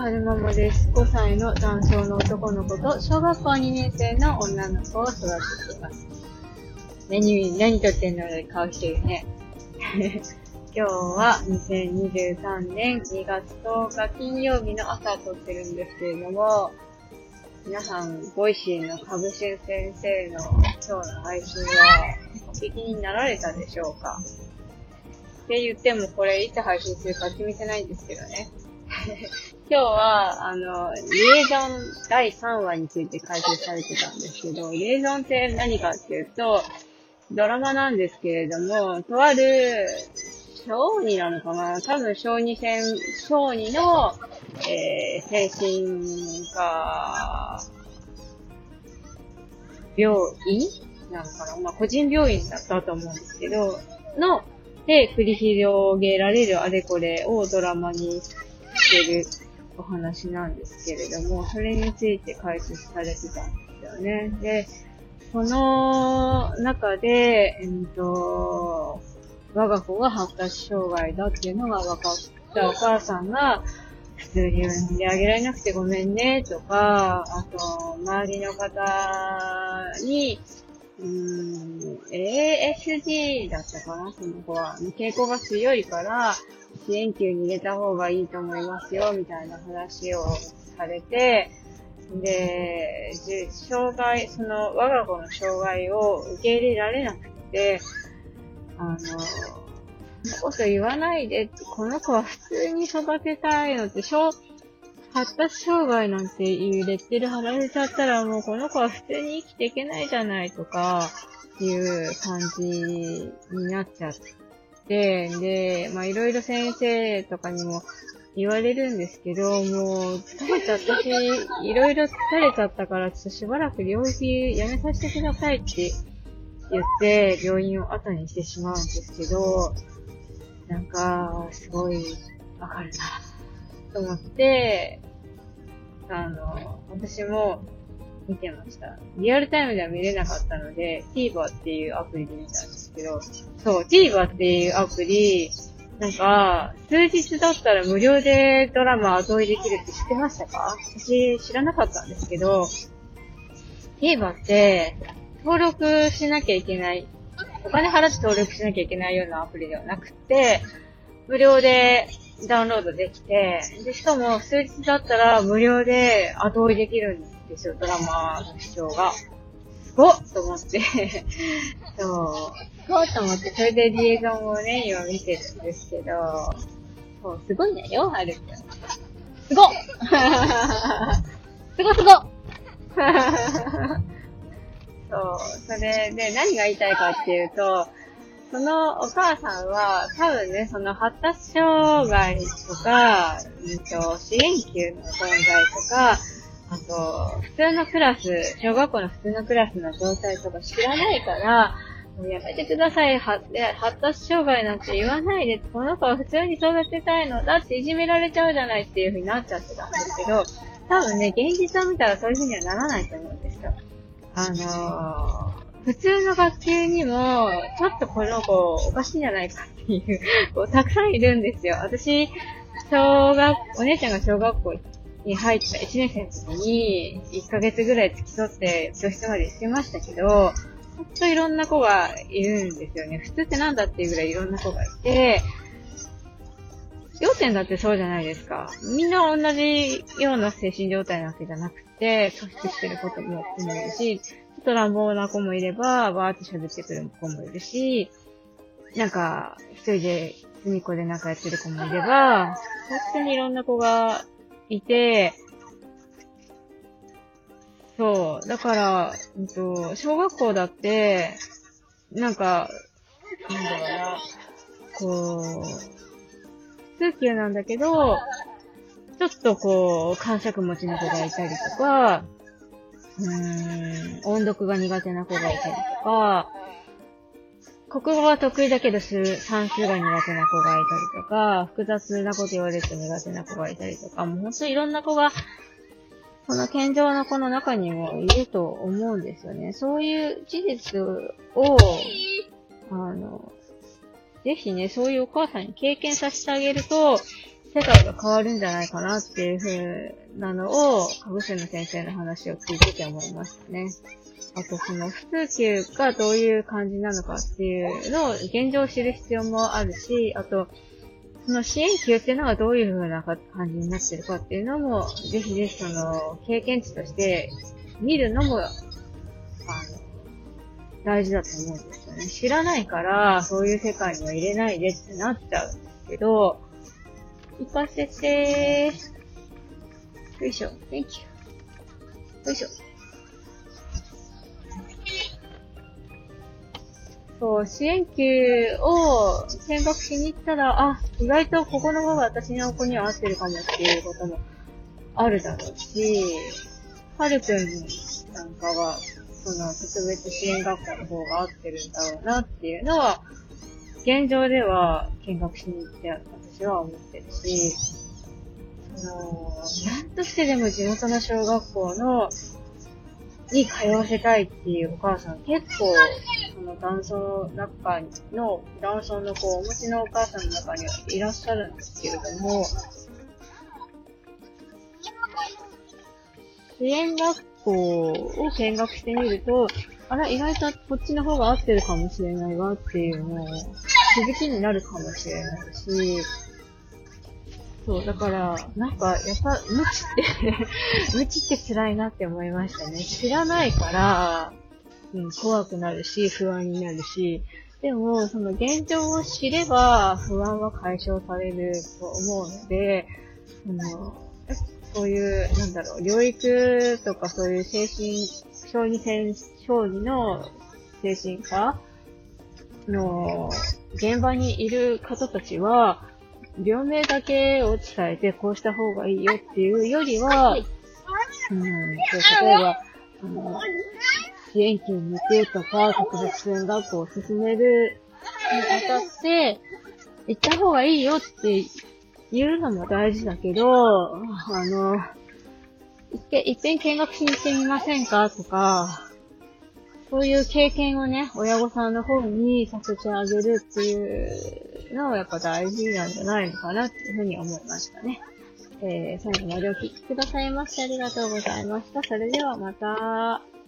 春ママです。5歳の男性の男の子と小学校2年生の女の子を育てています。何撮ってんのよ顔してるね。今日は2023年2月10日金曜日の朝撮ってるんですけれども、皆さん、ボイシーのカブシュン先生の今日の配信はお聞きになられたでしょうか？って言ってもこれいつ配信するか決めてないんですけどね。今日は、リエゾン第3話について解説されてたんですけど、リエゾンって何かっていうと、ドラマなんですけれども、とある、小児なのかな？多分小児の、精神科病院なのかな？まあ、個人病院だったと思うんですけど、で繰り広げられるあれこれをドラマにしてるお話なんですけれども、それについて解説されてたんですよね。で、その中で、我が子が発達障害だっていうのが分かったお母さんが、普通に産んであげられなくてごめんねとか、あと、周りの方に、ASD だったかな、その子は。傾向が強いから、支援級に入れた方がいいと思いますよ、みたいな話をされて、で、その我が子の障害を受け入れられなくて、そんなこと言わないで、この子は普通に育てたいのって、発達障害なんていうレッテル貼られちゃったらもうこの子は普通に生きていけないじゃないとかいう感じになっちゃって、で、まあいろいろ先生とかにも言われるんですけど、もう私いろいろ疲れちゃったからちょっとしばらく療費やめさせてくださいって言って病院を後にしてしまうんですけど、なんかすごいわかるなと思って、私も見てました。リアルタイムでは見れなかったので、TVer っていうアプリで見たんですけど、そう、TVer っていうアプリ、なんか、数日だったら無料でドラマ後追いできるって知ってましたか？私知らなかったんですけど、TVer って登録しなきゃいけない、お金払って登録しなきゃいけないようなアプリではなくて、無料でダウンロードできて、で、しかも数日だったら無料で後追いできるんですよ、ドラマの視聴が。すごっと思って。そう。すごっと思って、それでリエゾンをね、今見てるんですけど、そう、すごいねよ、はるくん。すごっすごすごそう、それで何が言いたいかっていうと、そのお母さんは多分ね、その発達障害とか、支援級の存在とか、あと、普通のクラス、小学校の普通のクラスの状態とか知らないから、もうやめてください、発達障害なんて言わないで、この子は普通に育てたいのだっていじめられちゃうじゃないっていう風になっちゃってたんですけど、多分ね、現実を見たらそういう風にはならないと思うんですよ。普通の学級にも、ちょっとこの子おかしいんじゃないかっていう子たくさんいるんですよ。私、お姉ちゃんが小学校に入った1年生の時に、1ヶ月ぐらい付き添って教室まで行ってましたけど、ほんといろんな子がいるんですよね。普通ってなんだっていうぐらいいろんな子がいて、幼稚園だってそうじゃないですか。みんな同じような精神状態なわけじゃなくて、突出してることもいるし、ちょっと乱暴な子もいれば、バーって喋ってくる子もいるし、なんか、一人で隅っこでなんかやってる子もいれば、本当にいろんな子がいて、そう、だから、小学校だって、なんか、なんだろうな、こう、通級なんだけど、ちょっとこう、感触持ちの子がいたりとか、音読が苦手な子がいたりとか、国語は得意だけど算数が苦手な子がいたりとか、複雑なこと言われると苦手な子がいたりとか、もうほんといろんな子が、この健常な子の中にもいると思うんですよね。そういう事実を、ぜひね、そういうお母さんに経験させてあげると、 世界が変わるんじゃないかなっていう風なのを、株主の先生の話を聞いてて思いましたね。あとその普通級がどういう感じなのかっていうのを現状を知る必要もあるし、あと、その支援級っていうのがどういう風な感じになってるかっていうのも、ぜひぜひその経験値として見るのも、大事だと思うんですよね。知らないから、そういう世界には入れないでってなっちゃうんですけど、行かせて、よいしょ、Thank you。よいしょ。そう、支援級を見学しに行ったら、あ、意外とここの方が私の子には合ってるかもっていうこともあるだろうし、はるくんなんかは、その特別支援学校の方が合ってるんだろうなっていうのは、現状では見学しに行って私は思ってるし、なんとしてでも地元の小学校に通わせたいっていうお母さん結構、その男装の子をお持ちのお母さんの中にはいらっしゃるんですけれども、支援学校を見学してみると、あら、意外とこっちの方が合ってるかもしれないわっていうのを気づきになるかもしれないし、そう、だから、なんか、やっぱ、無知って辛いなって思いましたね。知らないから、怖くなるし、不安になるし、でも、その現状を知れば、不安は解消されると思うので、そういう、療育とかそういう小児の精神科の現場にいる方たちは、病名だけを伝えてこうした方がいいよっていうよりは、例えば、支援級に行くとか、特別支援学校を進めるにあたって、行った方がいいよって言うのも大事だけど、一遍見学しに行ってみませんかとか、そういう経験をね、親御さんの方にさせてあげるっていうのはやっぱ大事なんじゃないのかなっていうふうに思いましたね。最後までお聞きくださいましてありがとうございました。それではまた。